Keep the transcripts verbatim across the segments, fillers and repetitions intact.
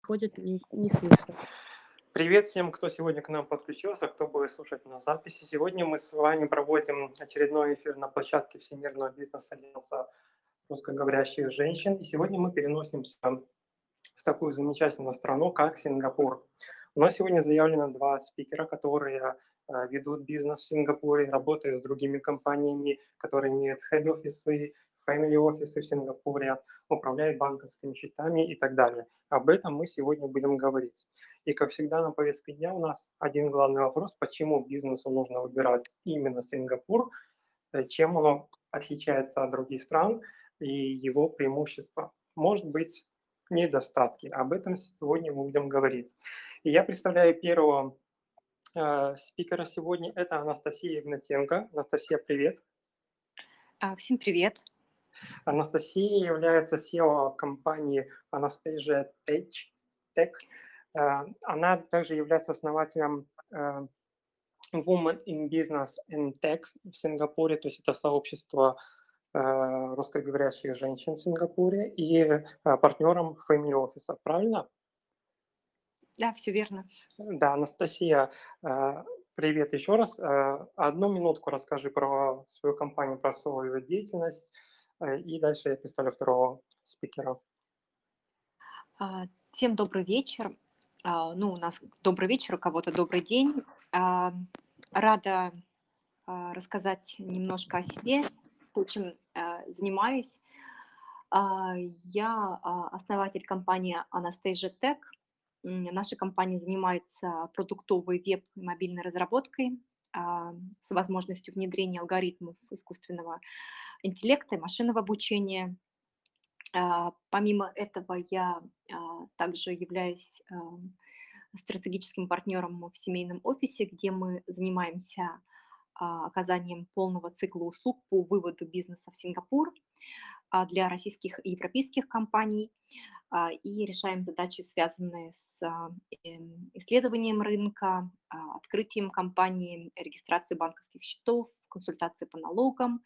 происходит, не не слышно. Привет всем, кто сегодня к нам подключился, кто будет слушать на записи. Сегодня мы с вами проводим очередной эфир на площадке Всемирного бизнес-альянса русскоговорящих женщин. И сегодня мы переносимся в такую замечательную страну, как Сингапур. У нас сегодня заявлено два спикера, которые э, ведут бизнес в Сингапуре, работают с другими компаниями, которые имеют хед-офисы, фэмили-офисы в Сингапуре, управляют банковскими счетами и так далее. Об этом мы сегодня будем говорить. И, как всегда, на повестке дня у нас один главный вопрос: почему бизнесу нужно выбирать именно Сингапур, э, чем он отличается от других стран и его преимущества. Может быть, недостатки. Об этом сегодня мы будем говорить. И я представляю первого э, спикера сегодня. Это Анастасия Игнатенко. Анастасия, привет. А, Всем привет. Анастасия является си и о компании Anastasia Tech. Tech. Э, Она также является основателем э, Women in Business and Tech в Сингапуре, то есть это сообщество э, русскоговорящих женщин в Сингапуре, и э, партнером Family Office, правильно? Да, все верно. Да, Анастасия, э, привет еще раз. Э, Одну минутку расскажи про свою компанию, про свою деятельность, э, и дальше я представлю второго спикера. А, Всем добрый вечер. А, Ну, у нас добрый вечер, у кого-то добрый день. А, Рада а, рассказать немножко о себе, то, чем а, занимаюсь. А, Я а, основатель компании Anastasia Tech. М, Наша компания занимается продуктовой веб и мобильной разработкой а, с возможностью внедрения алгоритмов искусственного интеллекта и машинного обучения. А, Помимо этого, я а, также являюсь ам, стратегическим партнером в семейном офисе, где мы занимаемся а, оказанием полного цикла услуг по выводу бизнеса в Сингапур а, для российских и европейских компаний а, и решаем задачи, связанные с а, эм, исследованием рынка, а, открытием компании, регистрацией банковских счетов, консультацией по налогам,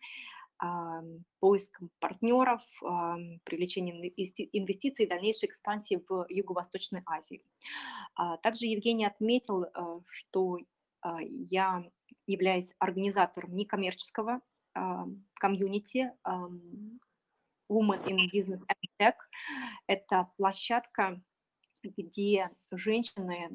ам, поиском партнеров, ам, привлечением инвести- инвестиций и дальнейшей экспансии в Юго-Восточной Азии. А, Также Евгений отметил, э, что а, я являюсь организатором некоммерческого ам, комьюнити ам, Women in Business and Tech. Это площадка, где женщины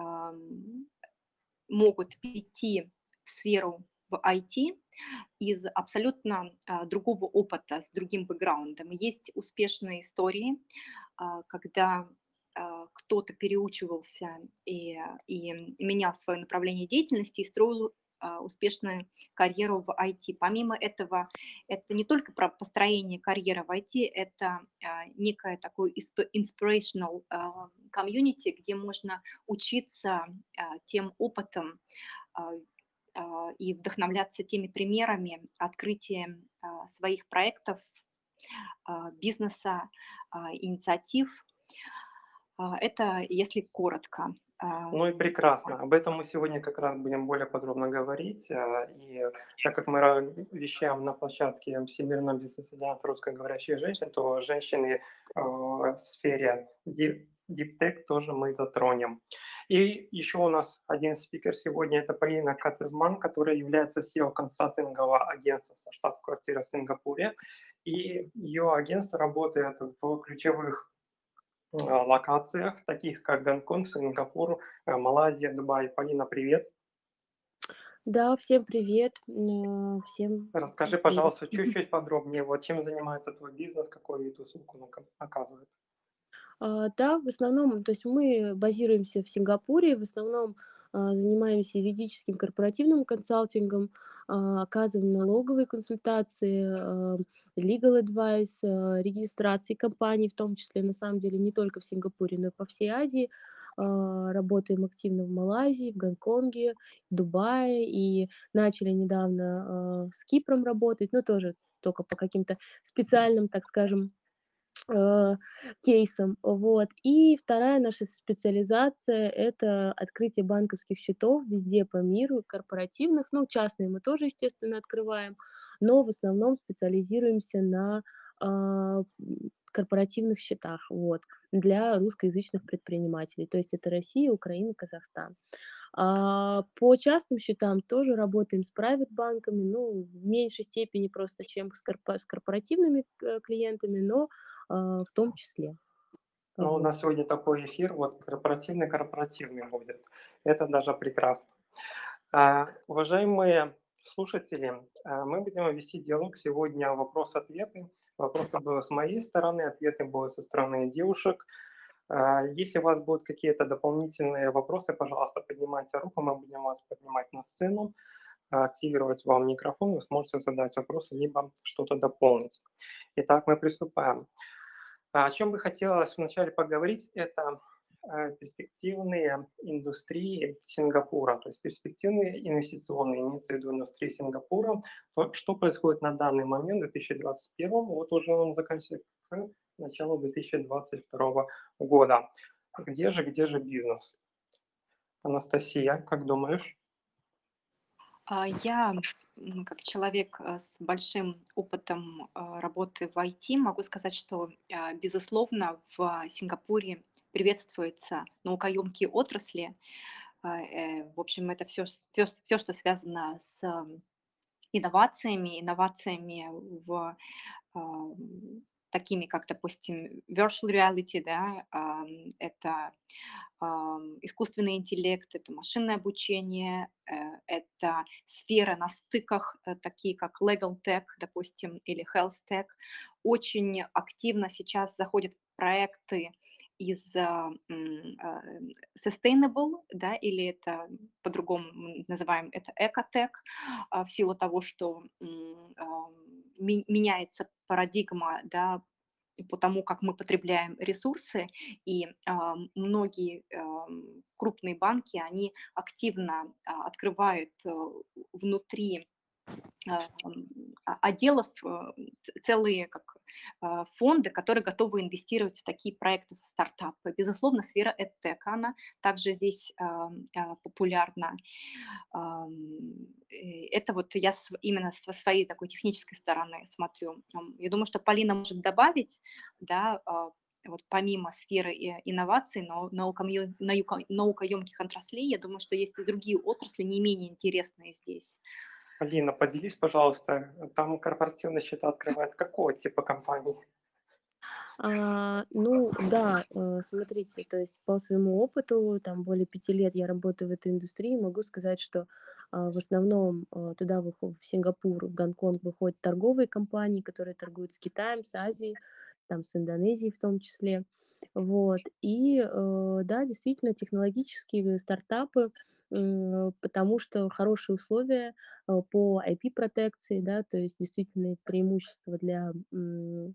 ам, могут перейти в сферу в ай ти из абсолютно а, другого опыта, с другим бэкграундом. Есть успешные истории, а, когда а, кто-то переучивался и, и менял свое направление деятельности и строил а, успешную карьеру в ай ти. Помимо этого, это не только про построение карьеры в ай ти, это а, некое такое insp- inspirational а, комьюнити, где можно учиться а, тем опытом а, а, и вдохновляться теми примерами открытия а, своих проектов, а, бизнеса, а, инициатив. А, Это если коротко. А, Ну и прекрасно. Об этом мы сегодня как раз будем более подробно говорить. э, И так как мы ра- вещаем на площадке Всемирного бизнес-альянса русскоговорящих женщин, то женщины э, в сфере Deep, Deep Tech тоже мы затронем. И еще у нас один спикер сегодня — это Полина Кацевман, которая является си и о консалтингового агентства со штаб-квартирой в Сингапуре. И ее агентство работает в ключевых э, локациях, таких как Гонконг, Сингапур, э, Малайзия, Дубай. Полина, привет. Да, всем привет, м, всем Расскажи, привет. пожалуйста, чуть-чуть подробнее, вот чем занимается твой бизнес, какой вид услуг он ока- оказывает. А, Да, в основном, то есть мы базируемся в Сингапуре, в основном а, занимаемся юридическим корпоративным консалтингом, а, оказываем налоговые консультации, а, legal advice, а, регистрации компаний, в том числе, на самом деле, не только в Сингапуре, но и по всей Азии. А, Работаем активно в Малайзии, в Гонконге, в Дубае и начали недавно а, с Кипром работать, но тоже только по каким-то специальным, так скажем, э, кейсом. Вот. И вторая наша специализация — это открытие банковских счетов везде по миру, корпоративных, ну, частные мы тоже, естественно, открываем, но в основном специализируемся на а, м, корпоративных счетах, вот, для русскоязычных предпринимателей. То есть это Россия, Украина, Казахстан. А, по частным счетам тоже работаем с прайвет-банками, ну, в меньшей степени просто, чем с корпо с корпоративными, э, клиентами, но, а, в том числе. Но у Вот. нас сегодня такой эфир, вот корпоративный-корпоративный будет. Это даже прекрасно. А, уважаемые слушатели, а, мы будем вести диалог сегодня вопрос-ответы. Вопросы будут с моей стороны, ответы будут со стороны девушек. А, Если у вас будут какие-то дополнительные вопросы, пожалуйста, поднимайте руку, мы будем вас поднимать на сцену, а, активировать вам микрофон, вы сможете задать вопросы, либо что-то дополнить. Итак, мы приступаем. А О чем бы хотелось вначале поговорить, это э, перспективные индустрии Сингапура, то есть перспективные инвестиционные, имеется в виду индустрии Сингапура. То, что происходит на данный момент, в две тысячи двадцать первом, вот уже он заканчивается, к началу две тысячи двадцать второго года. Где же, где же бизнес? Анастасия, как думаешь? А, Я, м, как человек а, с большим опытом а, работы в I T, могу сказать, что, а, безусловно, в Сингапуре приветствуются наукоемкие отрасли. А, э, В общем, это все, все, все, что связано с ам, инновациями, инновациями в ам, такими, как, допустим, virtual reality, да, ам, это ам, искусственный интеллект, это машинное обучение, э, это сфера на стыках, э, такие как legal tech, допустим, или health tech. Очень активно сейчас заходят проекты из а, м, а, м, sustainable, да, или это по-другому мы называем это экотек, а, в силу того, что м, ам, ми- меняется парадигма, да, по тому, как мы потребляем ресурсы, и а, многие ам, крупные банки, они активно а, открывают э, внутри а, м, а- отделов э, ц- целые как а, фонды, которые готовы инвестировать в такие проекты, в стартапы. Безусловно, сфера EdTech, она также здесь а, а, популярна. Ам, э, Это вот я св- именно со своей такой технической стороны смотрю. Ам, Я думаю, что Полина может добавить, да, а, вот помимо сферы э, инноваций, но наукомью- наука- наукоемких отраслей, я думаю, что есть и другие отрасли, не менее интересные здесь. Алина, поделись, пожалуйста, там корпоративные счета открывают какого типа компаний? А, ну да, э, смотрите, то есть по своему опыту, там более пяти лет я работаю в этой индустрии, могу сказать, что а, в основном а, туда выходят, в Сингапур, в Гонконг выходят торговые компании, которые торгуют с Китаем, с Азией, там с Индонезией в том числе. Вот. И э, да, действительно, технологические стартапы, м, потому что хорошие условия э, по I P-протекции, да, то есть действительно преимущество для м,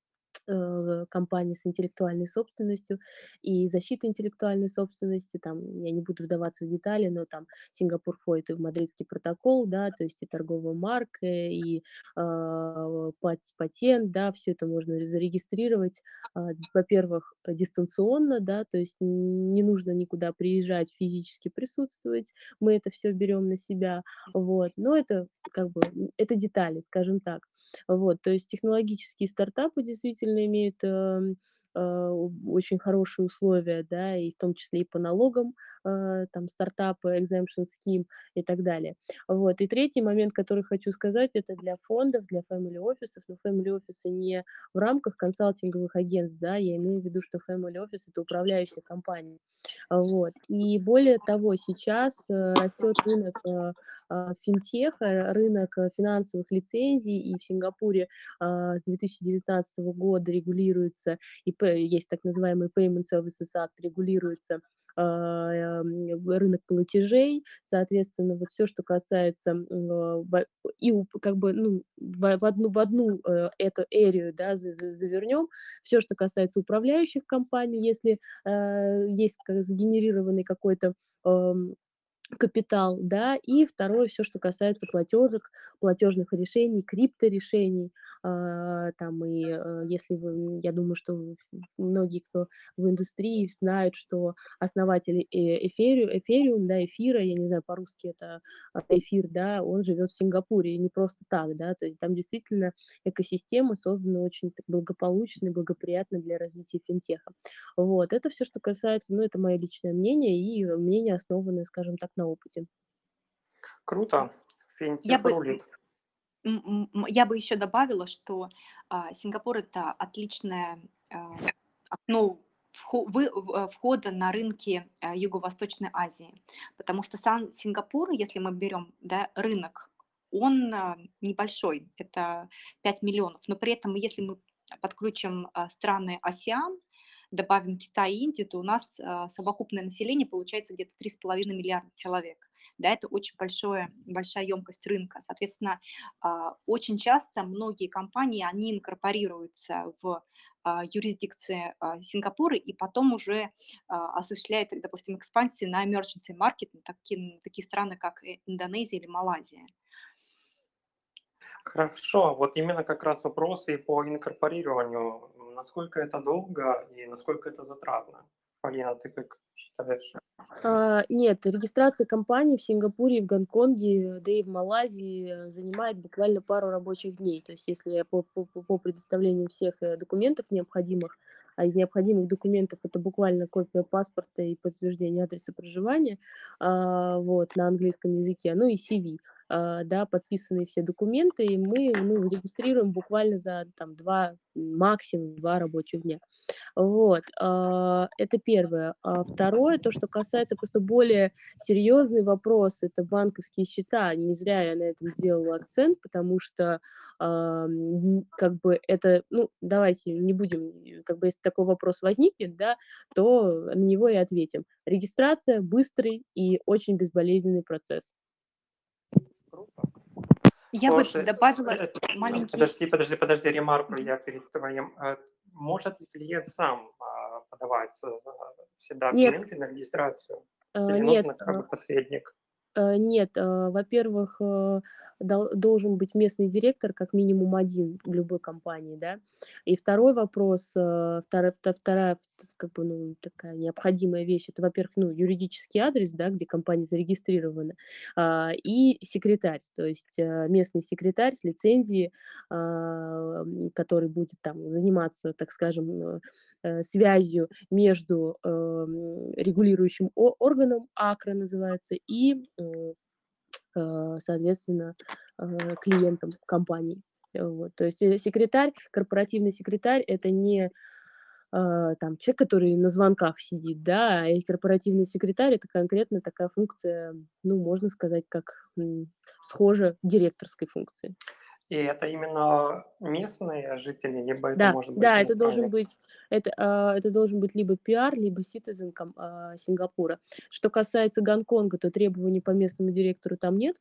э, компаний с интеллектуальной собственностью и защиты интеллектуальной собственности. Там, я не буду вдаваться в детали, но там Сингапур входит и в Мадридский протокол, да, то есть и торговая марка, и а, пат- патент, да, все это можно зарегистрировать, а, во-первых, дистанционно, да, то есть н- не нужно никуда приезжать, физически присутствовать, мы это все берем на себя, вот, но это как бы, м, это детали, скажем так. Вот, то есть технологические стартапы действительно имеют, эм, а, очень хорошие условия, да, и в том числе и по налогам, а, там стартапы, exemption scheme и так далее. Вот. И третий момент, который хочу сказать, это для фондов, для family офисов, но family офисы не в рамках консалтинговых агентств, да, я имею в виду, что family office это управляющая компания. А, Вот. И более того, сейчас э, растет рынок э, а, финтеха, рынок э, финансовых лицензий, и в Сингапуре а, с две тысячи девятнадцатого года регулируется, и п- есть так называемый Payment Services Act, регулируется а, м, рынок платежей, соответственно, вот все, что касается м, а, во- и у- как бы ну, в, в одну, в одну э, эту эрию, да, за- за- завернем, все, что касается управляющих компаний, если э, есть как сгенерированный какой-то эм, капитал, да, и второе, все, что касается платежек, платежных решений, крипторешений. А, там и, э, если вы, я думаю, что многие, кто в индустрии, знают, что основатель э Эферию Эфериум, да, эфира, я не знаю, по-русски это, а, эфир, да, он живет в Сингапуре, и не просто так, да, то есть там действительно экосистема создана очень так благополучно и благоприятно для развития финтеха. Вот, это все, что касается, ну, это мое личное мнение и мнение, основанное, скажем так, на опыте. Круто. Я Финтех бы, рулит. м, м, м, я бы еще добавила, что а, Сингапур это отличное а, окно вхо- вы- в- э, входа на рынки а, Юго-Восточной Азии, потому что сам Сингапур, если мы берем, да, рынок, он а, небольшой, это пять миллионов, но при этом, если мы подключим а, страны АСЕАН, добавим Китай и Индию, то у нас а, совокупное население получается где-то три с половиной миллиарда человек. Да, это очень большое, большая емкость рынка. Соответственно, а, очень часто многие компании, они инкорпорируются в а, юрисдикции а, Сингапура и потом уже а, осуществляют, допустим, экспансию на emergency market, на такие, такие страны, как э, Индонезия или Малайзия. Хорошо, вот именно как раз вопросы по инкорпорированию. Насколько это долго и насколько это затратно? Полина, ты как считаешь? А, нет, регистрация компаний в Сингапуре, в Гонконге, да и в Малайзии, э, занимает буквально пару рабочих дней. То есть если по по по по предоставлению всех, э, документов необходимых, а из необходимых документов это буквально копия паспорта и подтверждение адреса проживания, а, вот, на английском языке, ну и си ви, а, да, подписанные все документы, и мы, ну, регистрируем буквально за там два, максимум два рабочих дня. Вот, а, это первое. А второе, то, что касается просто более серьезный вопрос, это банковские счета. Не зря я на этом сделала акцент, потому что, ам, н как бы это, ну, давайте не будем, э, как бы если такой вопрос возникнет, да, то на него и ответим. Регистрация- быстрый и очень безболезненный процесс. Круто. Я бы Слушай, добавила э, маленький. подожди, подожди, подожди, ремарку Мгм. я перед твоим. Э, Может ли клиент сам а, подавать э, всегда Нет, документы на регистрацию? э, Или нет, нужно как э бы посредник? Э, нет, э, во-первых, э, дол должен быть местный директор, как минимум один в любой компании, да. И второй вопрос, э, втора вта вторая, т как бы, ну, такая необходимая вещь- это, во-первых, ну, юридический адрес, да, где компания зарегистрирована, а, и секретарь, то есть, э, местный секретарь с лицензией, а, м, который будет там заниматься, так скажем, э, э, связью между, эм, регулирующим о органом, АКРА называется, и, м, э, соответственно, э, клиентом компании. Э, вот. То есть, э, секретарь, корпоративный секретарь- это не, а, там человек, который на звонках сидит, да, и корпоративный секретарь- это конкретно такая функция, ну, можно сказать, как, м, схожа директорской функции. И это именно местные жители, либо это Да, может быть да, это должен иностранец? быть это, а, это должен быть либо пиар, либо citizen ком а, Сингапура. Что касается Гонконга, то требований по местному директору там нет.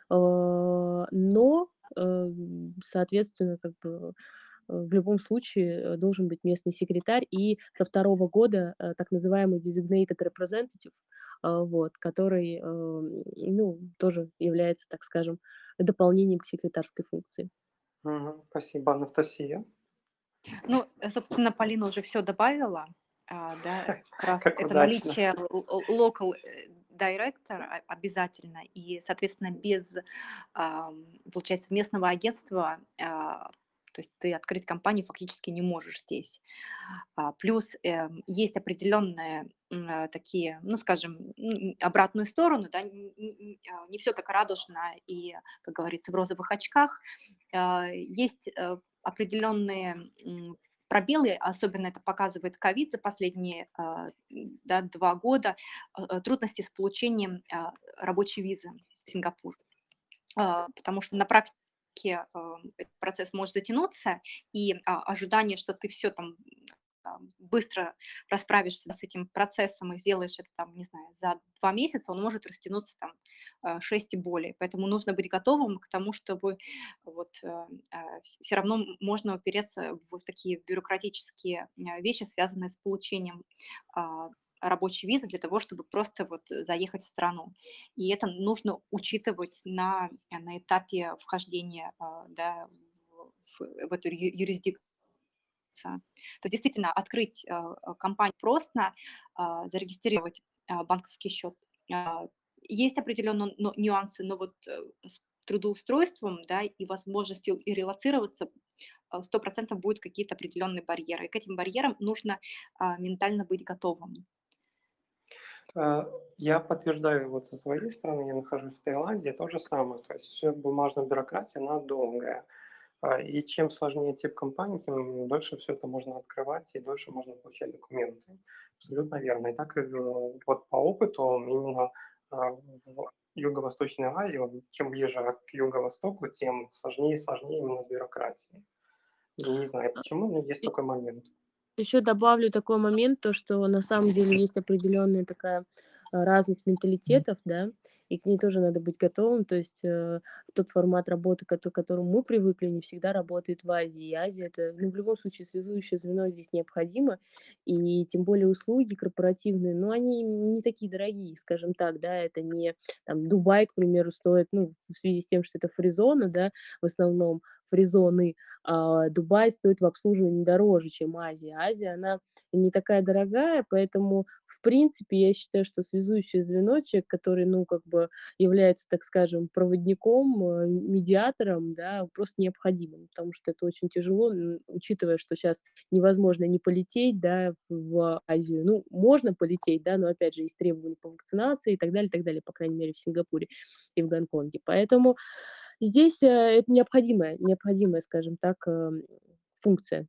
А, но, э, соответственно, как бы, э, в любом случае, э, должен быть местный секретарь и со второго года, э, так называемый designated representative, а, вот, который, э, ну, тоже является, так скажем, дополнением к секретарской функции. Мгм. Спасибо, Анастасия. Ну, э, собственно, Полина уже все добавила, а, да, как раз Как это удачно. наличие л л local, э, director о обязательно, и, соответственно, без, ам, получается, местного агентства, а, то есть ты открыть компанию фактически не можешь здесь. А, плюс, эм, есть определенные, м, э, такие, ну, скажем, м, обратную сторону, да, н н а, не все так радужно и, как говорится, в розовых очках. А, есть, э, определенные, м, пробелы, особенно это показывает ковид за последние, а, м, да, два года, э, э, трудности с получением, а, рабочей визы в Сингапур. А, потому что на практике, а, этот процесс может затянуться, и, а, ожидание, что ты все там, а, быстро расправишься с этим процессом и сделаешь это там, не знаю, за два месяца, он может растянуться там, а, шесть и более. Поэтому нужно быть готовым к тому, чтобы вот, все равно м можно упереться в такие бюрократические, а, вещи, связанные с получением, а, рабочей визы для того, чтобы просто вот заехать в страну. И это нужно учитывать на, на этапе вхождения, а, да, в, в эту ю- юрисдикцию. То есть действительно открыть э, э, компанию просто, а, зарегистрировать а, банковский счет. А, Есть определенные но- нюансы, но вот э, с трудоустройством, да, и возможностью и релацироваться а, сто процентов будут какие-то определенные барьеры. И к этим барьерам нужно а, ментально быть готовым. Э, Я подтверждаю вот со своей стороны, я нахожусь в Таиланде, то же самое. То есть все бумажная бюрократия, она долгая. А, И чем сложнее тип компании, тем дольше все это можно открывать и дольше можно получать документы. Абсолютно верно. И так, э, вот по опыту именно а, в Юго-Восточной Азии, вот чем ближе к юго-востоку, тем сложнее и сложнее именно с бюрократией. Не знаю почему, но есть такой момент. Еще добавлю такой момент, то что на самом деле есть определенная такая а, разность менталитетов, да, и к ней тоже надо быть готовым. То есть э, тот формат работы, кото- к которому мы привыкли, не всегда работает в Азии. И Азия это, ну, в любом случае, связующее звено здесь необходимо, и тем более услуги корпоративные, ну, они не такие дорогие, скажем так, да, это не там Дубай, к примеру, стоит, ну, в связи с тем, что это фризона, да, в основном фризоны, а, Дубай стоит в обслуживании дороже, чем Азия. Азия, она не такая дорогая, поэтому, в принципе, я считаю, что связующее звено, человек, который, ну, как бы является, так скажем, проводником, э, медиатором, да, просто необходимым, потому что это очень тяжело, м, учитывая, что сейчас невозможно не полететь, да, в Азию. Ну, можно полететь, да, но, опять же, есть требования по вакцинации и так далее, так далее, по крайней мере, в Сингапуре и в Гонконге. Поэтому здесь, э, это необходимая необходимая, скажем так, эм, функция.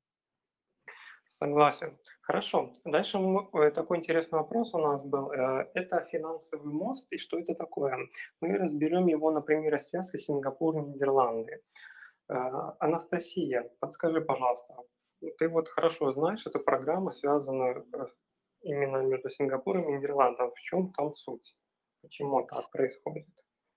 Согласен. Хорошо. Дальше м- э, такой интересный вопрос у нас был. Э, Это финансовый мост и что это такое? Мы разберем его на примере связки Сингапур-Нидерланды. Э, Анастасия, подскажи, пожалуйста, ты вот хорошо знаешь эту программу, связанную э, именно между Сингапуром и Нидерландом. В чем там суть? Почему так происходит?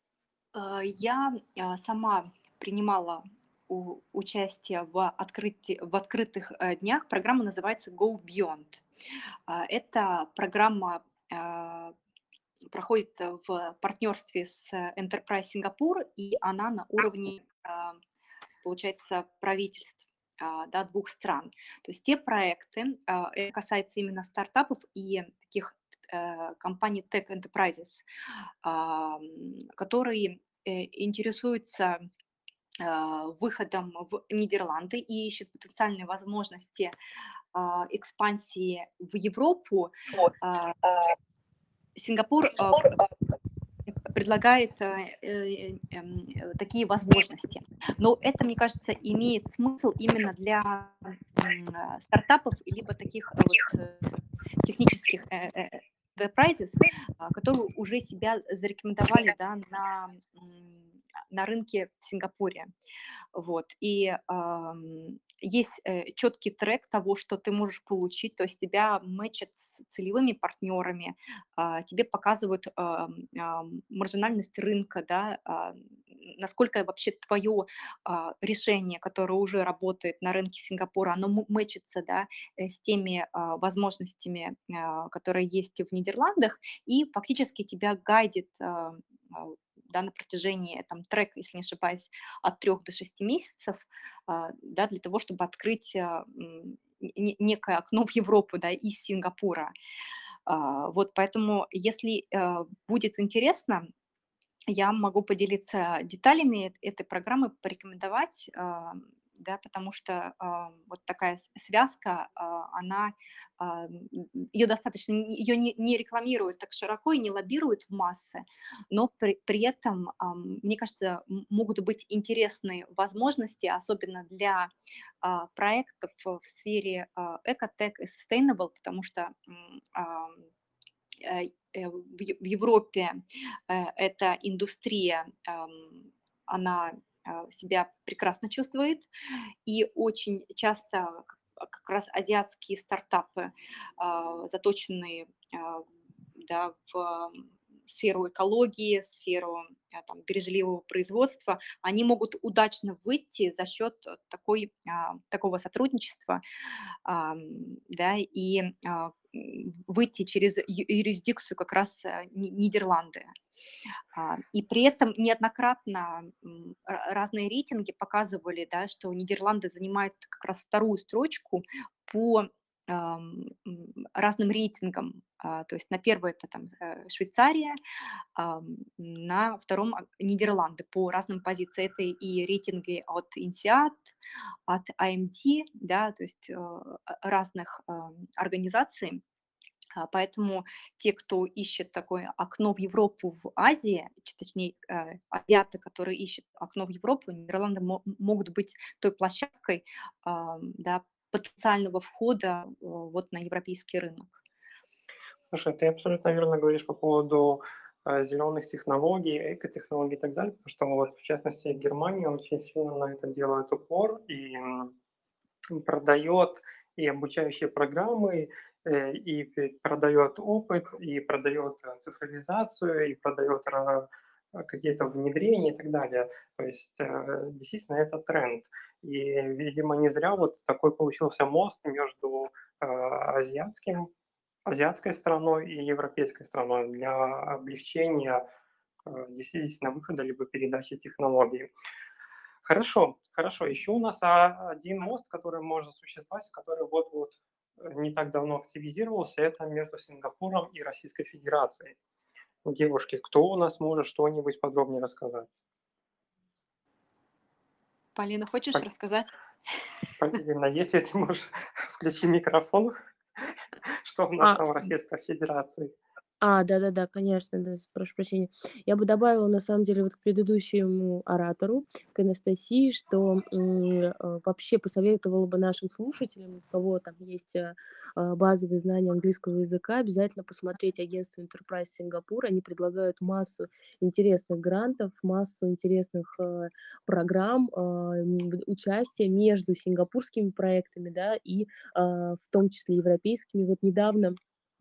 Э, Я а, сама принимала у- участие в, открытии, в открытых э, днях. Программа называется Go Beyond. А, Это программа а, проходит э, в партнерстве с э, Enterprise Сингапур, и она на уровне, а, получается, правительств а, да, двух стран. То есть те проекты, а, это касается именно стартапов и таких э, компаний Tech Enterprises, а, м, которые э, интересуются а, выходом в Нидерланды и ищут потенциальные возможности а, экспансии в Европу. А, Сингапур а, предлагает э, э, эм, э, такие возможности. Но это, мне кажется, имеет смысл именно для м, а, стартапов, либо таких э, вот э, технических э, э, enterprises, а, которые уже себя зарекомендовали, да, на, м, на рынке в Сингапуре. Вот. И ам, есть э, четкий трек того, что ты можешь получить, то есть тебя мэчат с целевыми партнерами, а, тебе показывают ам, ам, маржинальность рынка, да, а, насколько вообще твое а, решение, которое уже работает на рынке Сингапура, оно м- мэчится, да, э, с теми а, возможностями, а, которые есть в Нидерландах, и фактически тебя гайдит а, а, да, на протяжении там трек, если не ошибаюсь, от трёх до шести месяцев, а, да, для того, чтобы открыть, а, м, не некое окно в Европу, да, из Сингапура. А, вот поэтому, если, э, будет интересно, я могу поделиться деталями эт этой программы, порекомендовать, а, да, потому что, а, вот такая с связка, а, она, ее достаточно, ее не не рекламируют так широко и не лоббируют в массы, но при при этом, ам, мне кажется, м могут быть интересные возможности, особенно для, а, проектов в сфере, а, экотек и sustainable, потому что, м, ам, э, э, в Е в Европе, э, эта индустрия, ам, она, а, себя прекрасно чувствует, и очень часто к как раз азиатские стартапы, а, заточенные, а, да, в сферу экологии, сферу, а, там, бережливого производства, они могут удачно выйти за счет такой, а, такого сотрудничества, ам, да, и, а, м, выйти через ю юрисдикцию как раз, э, Ни Нидерланды. А, И при этом неоднократно м, ра- разные рейтинги показывали, да, что Нидерланды занимают как раз вторую строчку по ам, м, разным рейтингам. А, То есть на первой это там э, Швейцария, ам, на втором а, Нидерланды по разным позициям. Это и рейтинги от INSEAD, от эй эм ди, да, то есть э, а- разных ам, организаций. А, Поэтому те, кто ищет такое окно в Европу, в Азии, ч- точнее, э, азиаты, которые ищут окно в Европу, Нидерланды мо- могут быть той площадкой, ам, да, потенциального входа э, вот на европейский рынок. Слушай, ты абсолютно верно говоришь по поводу э, зеленых технологий, экотехнологий и так далее, потому что вот в частности Германия очень сильно на это делает упор и м, продает и обучающие программы, э, и пе- продает опыт, и продает э, цифровизацию, и продает ра- э, какие-то внедрения и так далее. То есть э, действительно это тренд. И, видимо, не зря вот такой получился мост между э, азиатским азиатской страной и европейской страной для облегчения э, действительно выхода либо передачи технологий. Хорошо, хорошо. Еще у нас а, один мост, который может существовать, который вот-вот э, не так давно активизировался, это между Сингапуром и Российской Федерацией. Девушки, кто у нас может что-нибудь подробнее рассказать? Полина, хочешь Пол- рассказать? Полина, если ты можешь, включи микрофон, что у нас А, там в Российской Федерации. А, да-да-да, конечно, да, с прошу прощения. Я бы добавила, на самом деле, вот к предыдущему оратору, к Анастасии, что, м, э, вообще посоветовала бы нашим слушателям, у кого там есть, э, а, базовые знания английского языка, обязательно посмотреть агентство Enterprise Сингапур. Они предлагают массу интересных грантов, массу интересных, э, программ, а, м, участия между сингапурскими проектами, да, и, а, в том числе европейскими. Вот недавно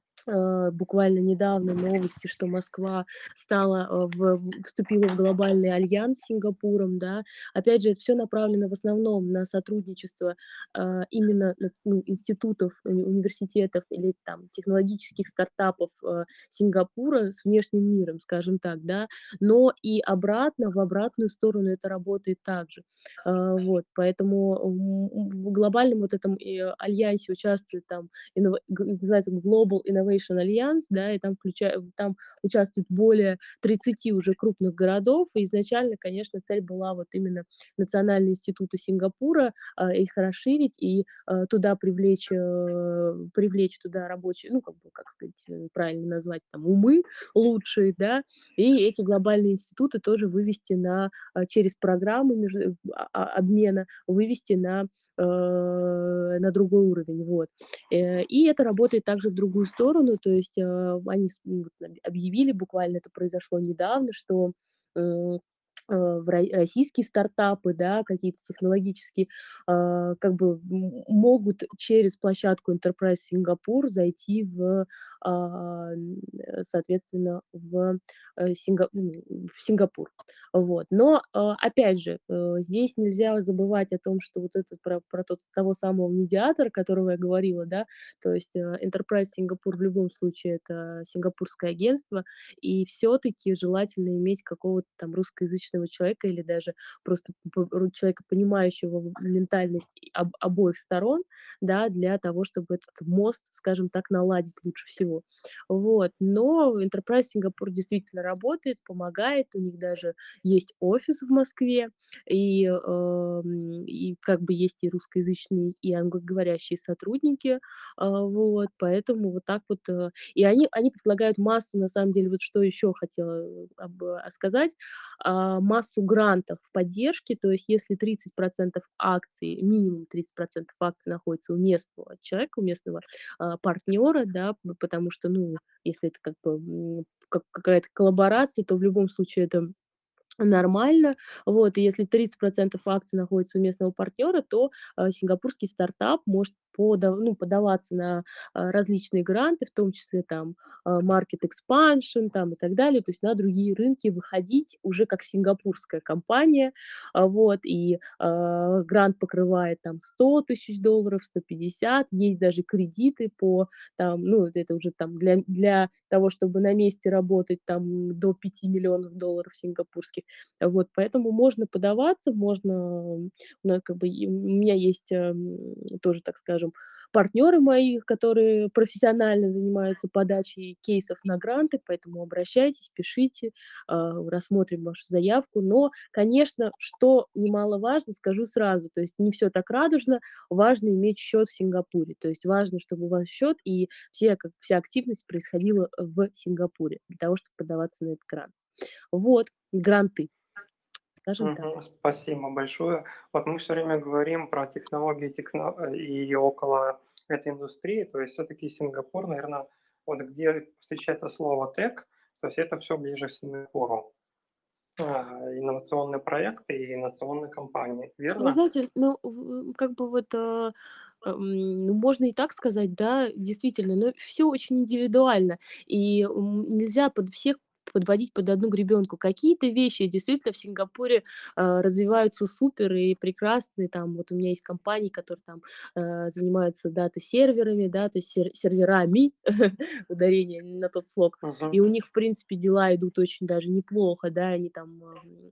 э, буквально недавно новости, что Москва стала, э, в в вступила в глобальный альянс с Сингапуром, да. Опять же, это всё направлено в основном на сотрудничество, а, именно нац ну, институтов, уни университетов или там технологических стартапов, э, Сингапура с внешним миром, скажем так, да. Но и обратно, в обратную сторону это работает также. А, вот, поэтому, м, в глобальном вот этом, э, альянсе участвует там иннова г называется Global Innovation Alliance, да, и там включая там участвует более тридцати уже крупных городов. И изначально, конечно, цель была вот именно национальные институты Сингапура, а, их расширить и, а, туда привлечь, э, привлечь туда рабочие, ну, как бы, как сказать, э, правильно назвать, там, умы лучшие, да, и эти глобальные институты тоже вывести на, а, через программы между а, а, обмена, вывести на, э, на другой уровень, вот. Э, и это работает также в другую сторону. То есть, э, они с м, вот об объявили, буквально это произошло недавно, что, м, э, в ро российские стартапы, да, какие-то технологические, а, как бы м могут через площадку Enterprise Сингапур зайти в, а, н э, соответственно, в, э, Синга м, в Сингапур. Вот. Но, а, опять же, э, здесь нельзя забывать о том, что вот это про про тот того самого медиатора, которого я говорила, да, то есть, э, Enterprise Сингапур в любом случае это сингапурское агентство, и все таки желательно иметь какого-то там русскоязычного человека или даже просто п ру человека, понимающего в ментальность и об обоих сторон, да, для того, чтобы этот мост, скажем так, наладить лучше всего. Вот. Но Enterprise Сингапур действительно работает, помогает, у них даже есть офис в Москве, и, эм, и как бы есть и русскоязычные, и англоговорящие сотрудники. А, вот, поэтому вот так вот, э. И они они предлагают массу, на самом деле, вот что еще хотела, э, об а, сказать, а, массу грантов поддержки. То есть если тридцать процентов акций, минимум тридцать процентов акций находится у местного человека, у местного, а, партнера, да, п потому что, ну, если это как бы, м, как какая-то коллаборация, то в любом случае это нормально. Вот, и если тридцать процентов акций находится у местного партнера, то, а, сингапурский стартап может пода ну, подаваться на, а, различные гранты, в том числе там, а, market expansion там и так далее. То есть на другие рынки выходить уже как сингапурская компания. А, вот, и, а, грант покрывает там сто тысяч долларов, сто пятьдесят. Есть даже кредиты по там, ну, это уже там для для того, чтобы на месте работать, там до пяти миллионов долларов сингапурских. Вот, поэтому можно подаваться, можно, ну, как бы и у меня есть, эм, тоже, так скажем, партнеры мои, которые профессионально занимаются подачей кейсов на гранты, поэтому обращайтесь, пишите, а, рассмотрим вашу заявку. Но, конечно, что немаловажно, скажу сразу, то есть не все так радужно, важно иметь счет в Сингапуре. То есть важно, чтобы у вас счет и все как вся активность происходила в Сингапуре для того, чтобы подаваться на этот грант. Вот, гранты, скажем так. Мгм. Спасибо большое. Вот мы все время говорим про технологии техно э, и около этой индустрии. То есть все-таки Сингапур, наверное, вот где встречается слово тех, то есть это все ближе к Сингапуру. А, инновационные проекты и инновационные компании, Вы верно? знаете, ну, в как бы вот, а, м, ну, можно и так сказать, да, действительно, но все очень индивидуально, и, м, нельзя под всех подводить под одну гребенку. Какие-то вещи действительно в Сингапуре, а, развиваются супер и прекрасные. Там вот у меня есть компании, которые там, э, занимаются дата-серверами, да, то есть сер серверами, ударение не на тот слог. Мгм. И у них, в принципе, дела идут очень даже неплохо, да, они там, ам,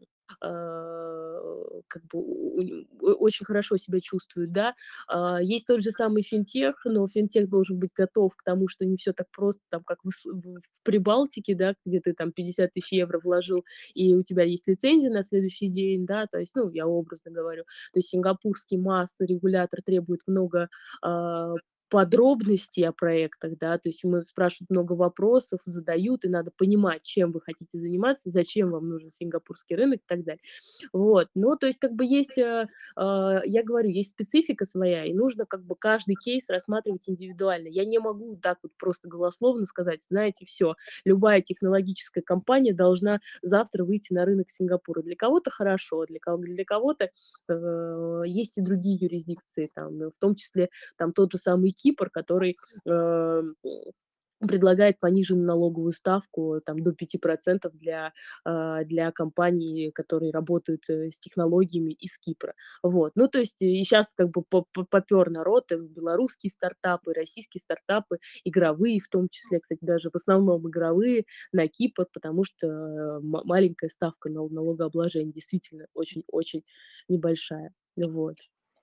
э, как бы у у очень хорошо себя чувствуют, да. А, есть тот же самый финтех, но финтех должен быть готов к тому, что не все так просто, там, как в ис в в Прибалтике, да, где ты там пятьдесят тысяч евро вложил, и у тебя есть лицензия на следующий день, да, то есть, ну, я образно говорю. То есть сингапурский МАС, регулятор требует много, а, подробностей о проектах, да, то есть мы спрашивают много вопросов, задают, и надо понимать, чем вы хотите заниматься, зачем вам нужен сингапурский рынок и так далее. Вот, ну, то есть как бы есть, э, а, я говорю, есть специфика своя, и нужно как бы каждый кейс рассматривать индивидуально. Я не могу так вот просто голословно сказать, знаете, все, любая технологическая компания должна завтра выйти на рынок Сингапура. Для кого-то хорошо, для кого для кого-то, э, есть и другие юрисдикции, там, э, в том числе там тот же самый Кипр, который, э, предлагает пониженную налоговую ставку там до пяти процентов для, а, для компаний, которые работают, э, с технологиями из Кипра. Вот. Ну, то есть и сейчас как бы по по попёр народ, и белорусские стартапы, российские стартапы, игровые в том числе, кстати, даже в основном игровые, на Кипр, потому что, э, ма маленькая ставка нал налогообложения действительно очень-очень небольшая. Вот.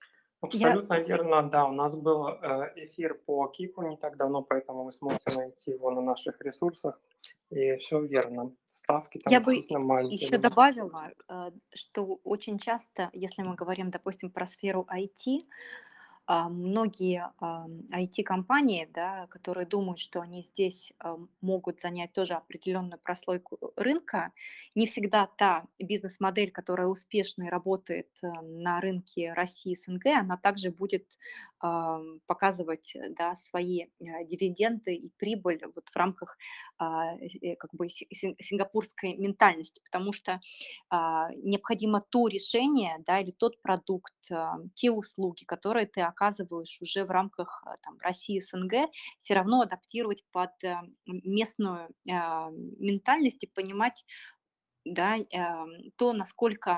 Я Абсолютно верно, да. У нас был э, эфир по Кипру не так давно, поэтому вы сможете найти его на наших ресурсах. И все верно. Ставки там Я бы действительно маленькие еще будут. добавила, э, что очень часто, если мы говорим, допустим, про сферу I T, а, многие ам, I T-компании, да, которые думают, что они здесь ам, могут занять тоже определенную прослойку рынка, не всегда та бизнес-модель, которая успешно и работает э, на рынке России, С Н Г, она также будет ам, показывать э, да, свои э, дивиденды и прибыль вот в рамках а, э, как бы си- син- сингапурской ментальности, потому что а, необходимо то решение, да, или тот продукт, а, те услуги, которые ты оказываешь уже в рамках а, там, России, С Н Г, все равно адаптировать под а, м, местную а, ментальность и понимать, да, ам, то, насколько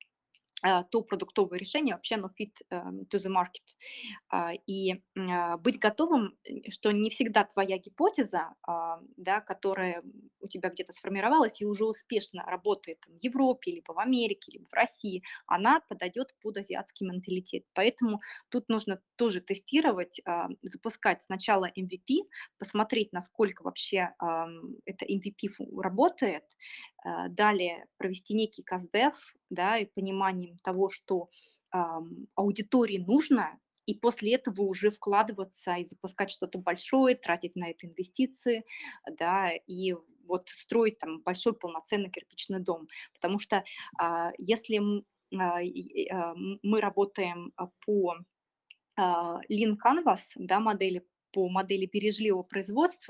а, то продуктовое решение вообще оно fit эм, to the market. А, И м, а, быть готовым, э, что не всегда твоя гипотеза, а, да, которая у тебя где-то сформировалась и уже успешно работает там, в Европе, либо в Америке, либо в России, она подойдет под азиатский менталитет. Поэтому тут нужно тоже тестировать, а, запускать сначала M V P, посмотреть, насколько вообще ам, это M V P фу- работает, а, далее провести некий КАЗДЕФ, да, и пониманием того, что ам, аудитории нужно, и после этого уже вкладываться и запускать что-то большое, тратить на это инвестиции, да, и вот строить там большой полноценный кирпичный дом. Потому что а, если м, а, и- а, м, мы работаем а, по а, Lean Canvas, да, модели, по модели бережливого производства,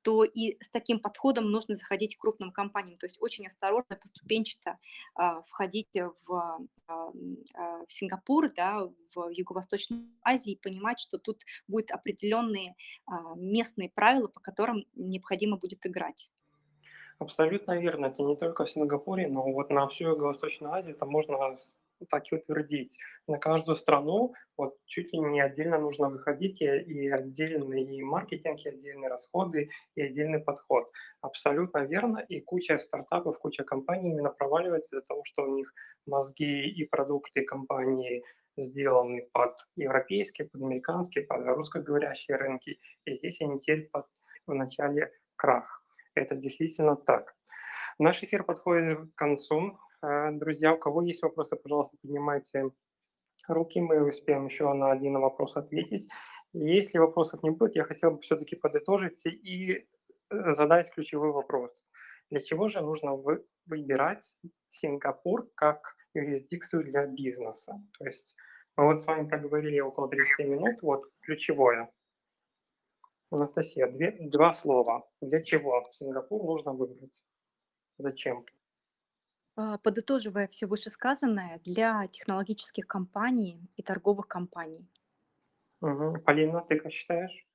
то и с таким подходом нужно заходить к крупным компаниям. То есть очень осторожно, поступенчато а, входить в, а, м, а, в Сингапур, да, в Юго-Восточную Азию и понимать, что тут будут определенные а, местные правила, по которым необходимо будет играть. Абсолютно верно. Это не только в Сингапуре, но вот на всю Юго-Восточную Азию это можно с- так и утвердить. На каждую страну вот чуть ли не отдельно нужно выходить, и, и отдельный и маркетинг, и отдельные расходы, и отдельный подход. Абсолютно верно. И куча стартапов, куча компаний именно проваливается из-за того, что у них мозги и продукты компании сделаны под европейские, под американские, под русскоговорящие рынки. И здесь они терпят в начале крах. Это действительно так. Наш эфир подходит к концу. Э, Друзья, у кого есть вопросы, пожалуйста, поднимайте руки, мы успеем еще на один вопрос ответить. Если вопросов не будет, я хотел бы все-таки подытожить и э, задать ключевой вопрос. Для чего же нужно вы- выбирать Сингапур как юрисдикцию для бизнеса? То есть мы вот с вами проговорили около тридцати минут, вот ключевое. Анастасия, две, два слова. Для чего Сингапур нужно выбрать? Зачем? А, Подытоживая все вышесказанное, для технологических компаний и торговых компаний. Мгм. Полина, ты как считаешь?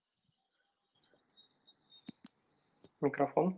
Микрофон.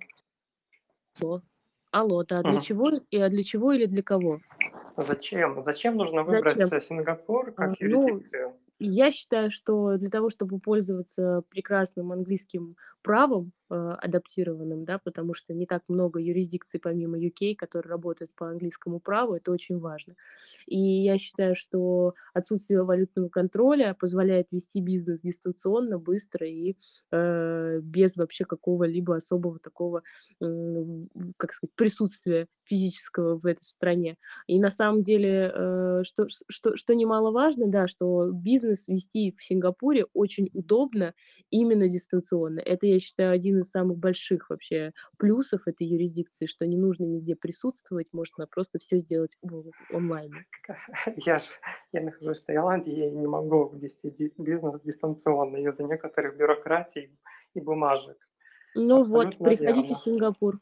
Алло. Алло, да, для Мгм. чего и а для чего или для кого? Зачем? Зачем нужно выбрать Зачем? э, Сингапур А, как ну, юрисдикцию? я считаю, что для того, чтобы пользоваться прекрасным английским правом, э, адаптированным, да, потому что не так много юрисдикций помимо ю кей, которые работают по английскому праву, это очень важно. И я считаю, что отсутствие валютного контроля позволяет вести бизнес дистанционно, быстро и, э, без вообще какого-либо особого такого, м, в как сказать, присутствия физического в этой стране. И на самом деле, э, что что что немаловажно, да, что бизнес вести в Сингапуре очень удобно именно дистанционно. Это, я считаю, один из самых больших вообще плюсов этой юрисдикции, что не нужно нигде присутствовать, можно просто все сделать в онлайне. Я ж я нахожусь в Таиланде, я не могу вести ди- бизнес дистанционно из-за некоторых бюрократий и бумажек. Ну вот, Абсолютно приходите в верно. Сингапур.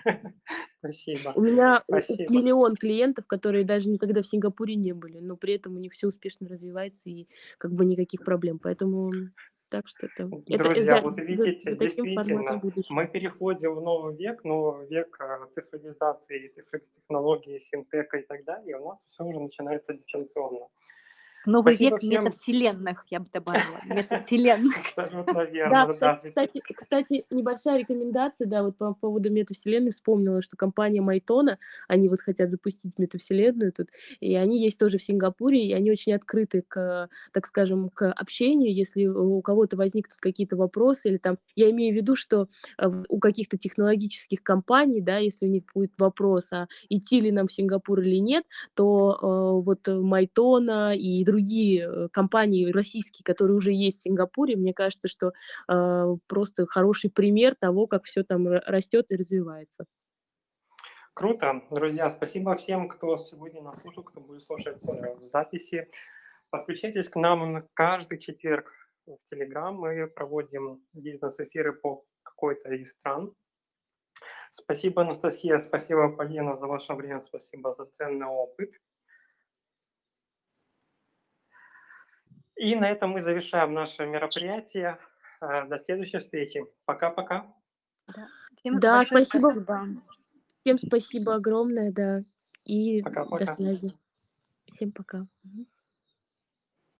Спасибо. У меня у у Спасибо. миллион клиентов, которые даже никогда в Сингапуре не были, но при этом у них все успешно развивается и как бы никаких проблем. Поэтому так что это это э, Друзья, за вот за видите, за таким форматом действительно, мы будущего. переходим в новый век, новый век э, цифровизации, цифровых технологий, финтеха и так далее, и у нас все уже начинается дистанционно. Новый Спасибо век всем. метавселенных, я бы добавила. Метавселенных. Абсолютно Да, верно, кстати да. кстати кстати, небольшая рекомендация, да, вот по поводу метавселенной вспомнила, что компания Майтона, они вот хотят запустить метавселенную тут, и они есть тоже в Сингапуре, и они очень открыты к, так скажем, к общению. Если у кого-то возникнут какие-то вопросы или там я имею в виду, что, э, в у каких-то технологических компаний, да, если у них будет вопрос, а идти ли нам в Сингапур или нет, то, э, вот Майтона и другие, э, компании российские, которые уже есть в Сингапуре, мне кажется, что а, просто хороший пример того, как все там ра растёт и развивается. Круто. Друзья, спасибо всем, кто сегодня нас слушал, кто будет слушать э, в записи. Подключайтесь к нам на каждый четверг в Телеграм. Мы проводим бизнес-эфиры по какой-то из стран. Спасибо, Анастасия, спасибо, Полина, за ваше время, спасибо за ценный опыт. И на этом мы завершаем наше мероприятие. Э, До следующей встречи. Пока-пока. Да. Всем Да, большое спасибо. спасибо. Всем спасибо огромное, да. И до Пока-пока. связи. Всем пока. Мгм.